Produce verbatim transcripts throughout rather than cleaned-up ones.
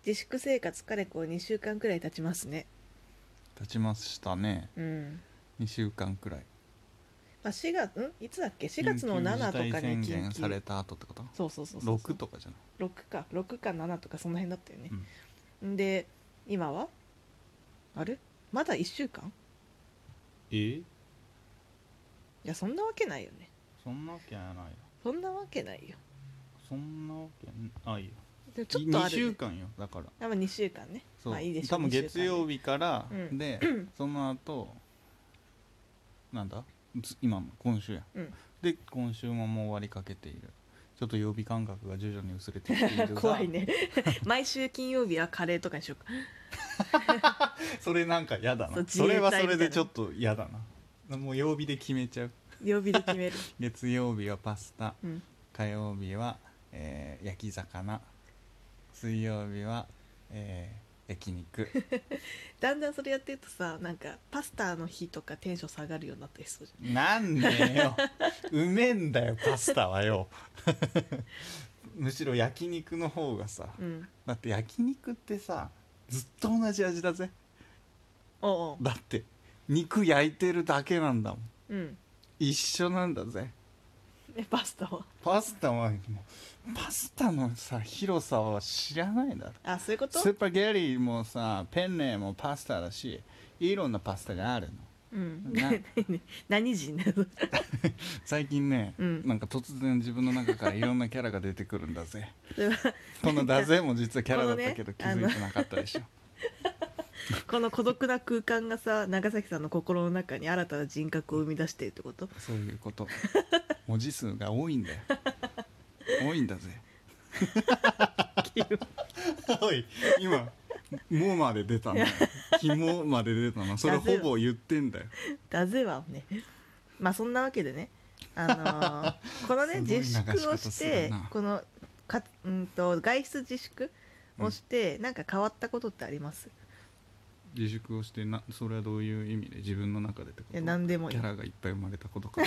自粛生活かれこうにしゅうかんくらい経ちますね。 経ちましたね。 うんにしゅうかんくらい。 まあ、しがつんいつだっけしがつの緊急ななとかに事態宣緊急言された後ってこと？ そうそうそうそうろくとかじゃない？ ろくかろくかななとかその辺だったよね、 うん、 んで今はあれまだいっしゅうかん？ えいやそんなわけないよね。 そんなわけないよ。 そんなわけないよ。 そんなわけないよ。 でもちょっとある、ね、 にしゅうかんよ。だからあ、まあ、にしゅうかんね。 そう、 まあいいでしょう。 多分月曜日から、 うん、 でその後なんだ今の今週や、 うん、 で今週ももう終わりかけている。ちょっと曜日感覚が徐々に薄れてきているが怖いね毎週金曜日はカレーとかにしようかそれなんか嫌だな。 そ, それはそれでちょっと嫌だな。もう曜日で決めちゃう。 曜日で決める月曜日はパスタ、 うん、 火曜日は、えー焼き魚、水曜日は、えー焼肉だんだんそれやってるとさ、なんかパスタの日とかテンション下がるようになったりそうじゃん。 なんでようめえんだよパスタはよむしろ焼肉の方がさ、 うん、 だって焼肉ってさずっと同じ味だぜ。 おうおう、 だって肉焼いてるだけなんだもん。 うん、 一緒なんだぜ。 えパスタはパスタはもうパスタのさ広さは知らないだろ。 あ、そういうこと。 スパゲリもさペンネもパスタだし、いろんなパスタがあるの。 うんな何人なの最近ね、 うんなんか突然自分の中からいろんなキャラが出てくるんだぜそれはこのダゼも実はキャラだったけど、 このね気づいてなかったでしょ。 この孤独な空間がさ、長崎さんの心の中に新たな人格を生み出しているってこと。 そういうこと文字数が多いんだよ多いんだぜおい今「も」まで出たの「きも」まで出たの。それほぼ言ってんだよ。 だぜはね。まあそんなわけでね、あのーこのねすごい自粛を流し方すしてるなこのかうんと外出自粛をして、なんか変わったことってあります？ 自粛をしてな、それはどういう意味で？自分の中でってこいやと？ 何でもいいキャラがいっぱい生まれたことか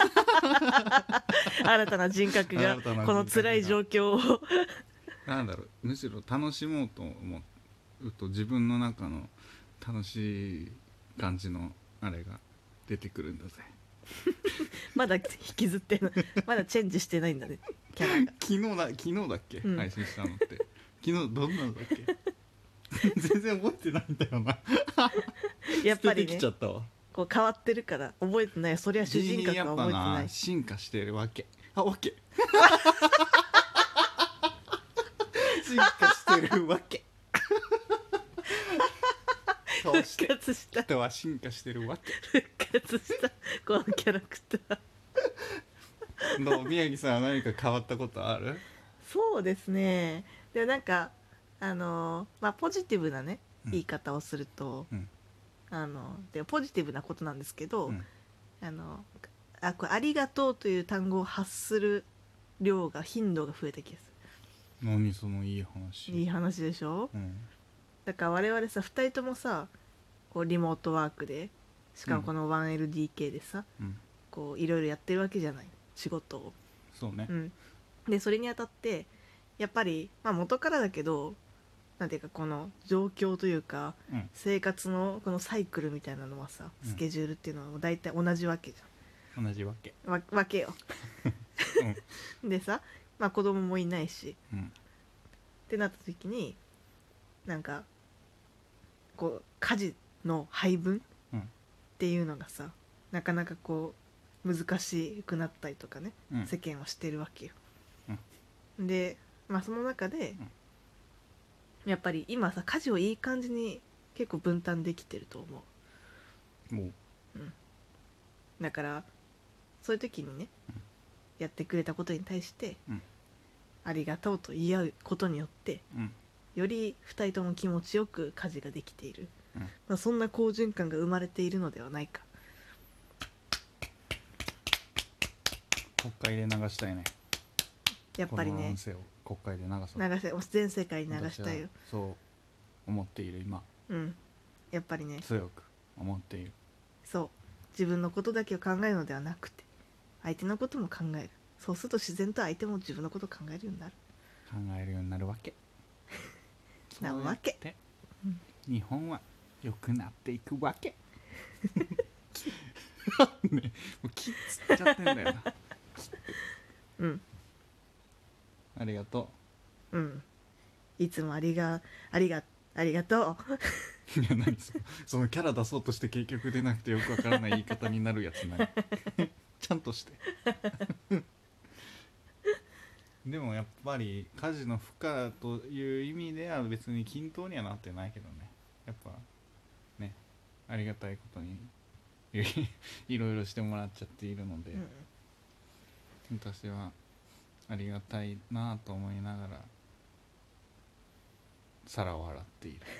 新たな人格が新たな人格がこの辛い状況をなんだろう、むしろ楽しもうと思うと自分の中の楽しい感じのあれが出てくるんだぜまだ引きずってないまだチェンジしてないんだね、キャラが。 昨日だ昨日だっけ、 うん配信したのって。昨日どんなのだっけ全然覚えてないんだよなやっぱりね捨ててきちゃったわ。 こう変わってるから覚えてない。そりゃ主人格は覚えてやっぱない。 進化してるわけ。あ、わけ進化してるわけそうして復活した人は進化してるわけ。 復活したこのキャラクター。 どう、宮城さんは何か変わったことある？ そうですね。でもなんかあのまあポジティブなねうん言い方をすると、 うんあのでポジティブなことなんですけど、 うんあのあこれありがとうという単語を発する量が頻度が増えた気がす何そのいい話。 る。いい話でしょ。 うんだから我々さふたりともさこうリモートワークで、しかもこの ワンエルディーケー でさ、 うんこういろいろやってるわけじゃない、仕事を。 そうね、 うん、でそれにあたってやっぱり、まあ、元からだけどなんていうかこの状況というかうん生活のこのサイクルみたいなのはさ、 うんスケジュールっていうのは大体同じわけじ同じわけ。 ゃんわわけよでさ、まあ、子供もいないしうんってなった時になんかこう家事の配分うんっていうのがさなかなかこう難しくなったりとかね、 うん世間はしてるわけよ、でまあその中で、やっぱり今さ家事をいい感じに結構分担できてると思う。 もうだからそういう時にね、やってくれたことに対して、 うんありがとうと言い合うことによってうんよりふたりとも気持ちよく家事ができている、 うんまあ、そんな好循環が生まれているのではないか。 国会で流したいね。 やっぱりねこの音声を国会で流そう。 流せ全世界に流したいよ。 私はそう思っている今。 うんやっぱりね強く思っている。 そう自分のことだけを考えるのではなくて相手のことも考える。そうすると自然と相手も自分のことを考えるようになる。 考えるようになるわけなわけ。 そうやって日本は良くなっていくわけね、もうキッつっちゃってんだよなうんありがとうんいつもありがありがありがとういや何そのそのキャラ出そうとして結局出なくてよくわからない言い方になるやつないちゃんとしてでもやっぱり家事の負荷という意味では別に均等にはなってないけどね、やっぱねありがたいことにいろいろしてもらっちゃっているので、 う、うん、 私はありがたいなと思いながら皿を洗っている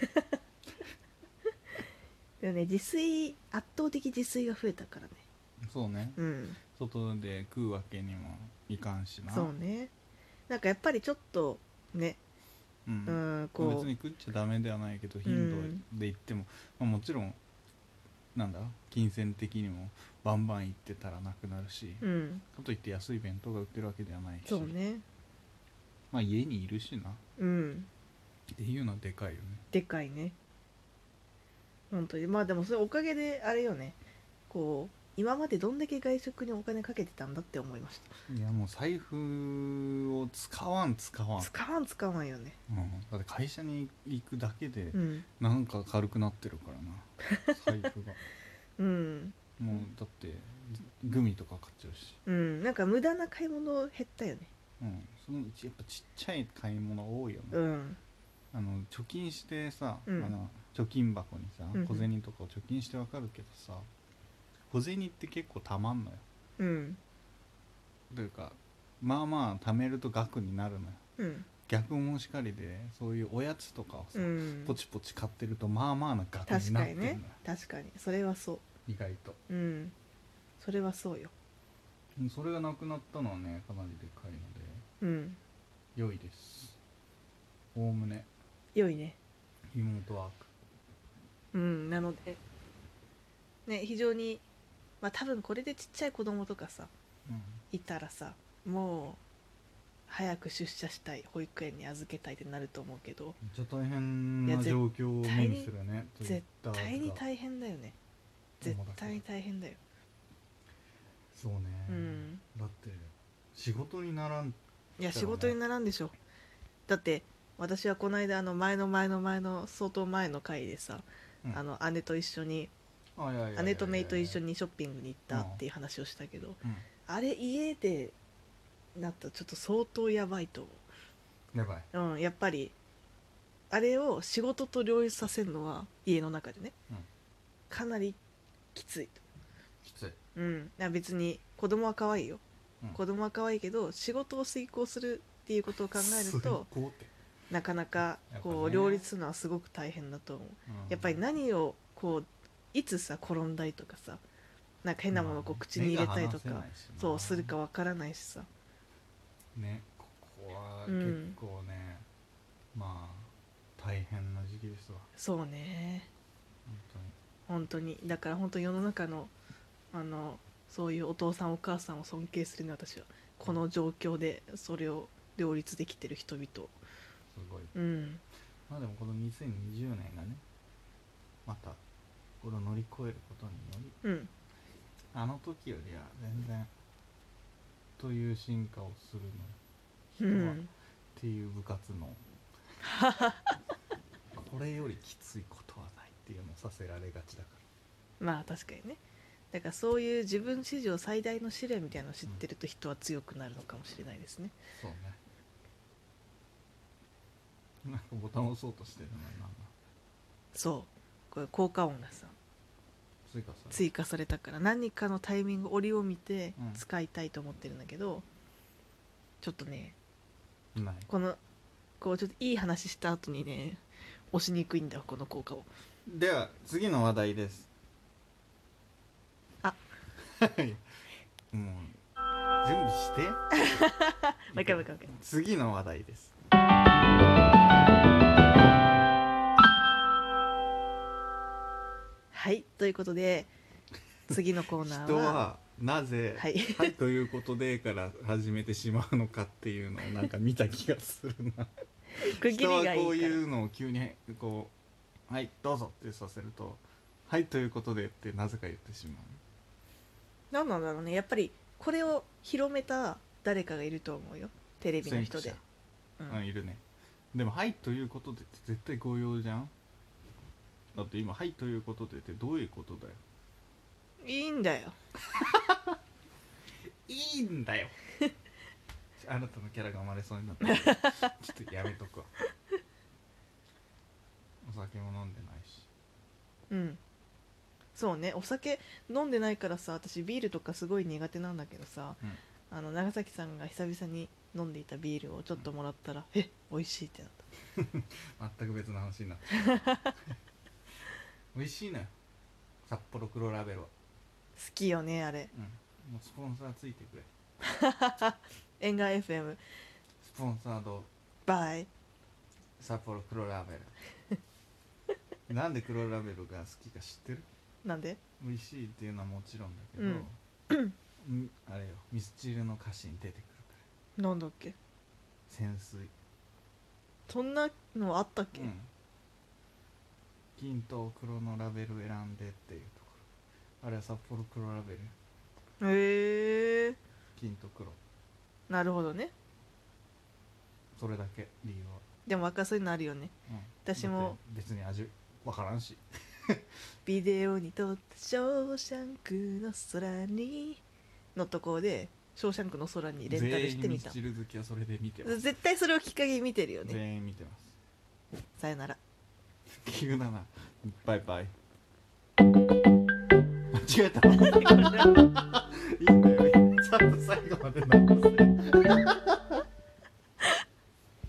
でもね自炊圧倒的自炊が増えたからね。 そうね、 うん外で食うわけにもいかんしな。 そうね。なんかやっぱりちょっとねううんんこう別に食っちゃダメではないけど頻度で言っても、まあ、もちろんなんだ金銭的にもバンバン行ってたらなくなるし、 うんかといって安い弁当が売ってるわけではないし、 そうねまあ家にいるしなうんっていうのはでかいよね。 でかいね本当に。まあでもそれおかげであれよね、こう今までどんだけ外食にお金かけてたんだって思いました。 いやもう財布を使わん使わん、 使わん使わんよね。 うん、だって会社に行くだけでうんなんか軽くなってるからな財布がうんもうだってグミとか買っちゃうし、 うんなんか無駄な買い物減ったよね。 うん、そのうちやっぱちっちゃい買い物多いよね、 うんあの貯金してさ、 うんあの貯金箱にさうんうん小銭とかを貯金してわかるけどさ、小銭って結構たまんのよ。 うんというかまあまあ貯めると額になるのよ。 うん逆もしかりでそういうおやつとかをさ、 うんポチポチ買ってるとまあまあな額に確かになってるのよ、 ね確かにそれはそ意外と。 う。うんそれはそうよ。 それがなくなったのはねかなりでかいのでうん良いです。おおむね良いね。 リモートワーク、 うんなのでね非常にまあ多分これでちっちゃい子供とかさうんいたらさもう早く出社したい保育園に預けたいってなると思うけどめっちゃ大変な状況を目にするね。 絶対に変大変だよね。絶対に大変だよ。 そうね、 うんだって仕事にならん、 いや仕事にならんでしょ。だって私はこの間あの前の前の前の相当前の回でさ、 うんあの姉と一緒にあいやいやいやいや姉と姪と一緒にショッピングに行ったっていう話をしたけど、 うんあれ家でなったらちょっと相当やばいとやばい、 思う。うんやっぱりあれを仕事と両立させるのは家の中でねうん、 かなりきつい。 きつい、 うんいや別に子供は可愛いよ、 うん子供は可愛いけど仕事を遂行するっていうことを考えると遂行ってなかなかこう、 やっぱね両立するのはすごく大変だと思う。 うんやっぱり何をこういつさ転んだりとかさなんか変なものをこう口に入れたりとか、 目が離せないしなそうするかわからないしさ。 ね、ここはうん結構ね、まあ大変な時期ですわそうね本本当に。だから本当に世の中のあのそういうお父さんお母さんを尊敬するね私は。この状況でそれを両立できてる人々。 当にすごい。 うんまあでもこのにせんにじゅうねんがねまたこれを乗り越えることによりうんあの時よりは全然という進化をするの人は、 うんっていう部活のこれよりきついことはないっていうのをさせられがちだかまあ確かにね。だからそういう自分史上最大の試練みたいなのを知ってると人は強くなるのかもしれないですね。 らそうねなんかボタンを押そうとしてるのになんだそうこれ効果音がさ追加され追加されたから何かのタイミング折を見てうん使いたいと思ってるんだけど、ちょっとねないこのこうちょっといい話した後にね押しにくいんだよこの効果を。 では次の話題です。 あはいもう準備してもう一回もう一回もう一回。 次の話題です。 はいということで次のコーナーは人はなぜ、 はいはい、ということでから始めてしまうのかっていうのをなんか見た気がするな区切りがいいから人はこういうのを急にこうはいどうぞってさせるとはいということでってなぜか言ってしまう。 何なんだろうね。やっぱりこれを広めた誰かがいると思うよ、テレビの人で。 先駆者うん、いるね。でもはいということでって絶対誤用じゃん。だって今はいということでってどういうことだよ。 いいんだよ。 いいんだよあなたのキャラが生まれそうになったちょっとやめとくわ。お酒も飲んでないし。 うんそうね、お酒飲んでないからさ、私ビールとかすごい苦手なんだけどさ、 うんあの長崎さんが久々に飲んでいたビールをちょっともらったら、うん、え美味しいってなっ全く別の話になった美味しいのよ札幌黒ラベルは。 た。好きよねあれ。 うん、もうスポンサーついてくれ。 エンガー エフエムスポンサードバイ札幌黒ラベルなんで黒ラベルが好きか知ってる？ なんで？ 美味しいっていうのはもちろんだけど、うん、あれよミスチルの歌詞に出てくるかなんだっけ？ ら潜水。 そんなのあったっけ？ うん、金と黒のラベル選んでっていうところ、あれは札幌黒ラベル。 へえー、 金と黒、 なるほどね。 それだけ理由は。 でも若そういうのあるよね。 うん、 私もだって別に味わからんしビデオに撮ったショーシャンクの空にのところでショーシャンクの空にレンタルしてみた。 全員ミスチル好きはそれで見てます。 絶対それをきっかけに見てるよね。 全員見てます。 さよなら。 急だな。バイバイ。間違えたいいんだよちゃんと最後まで残す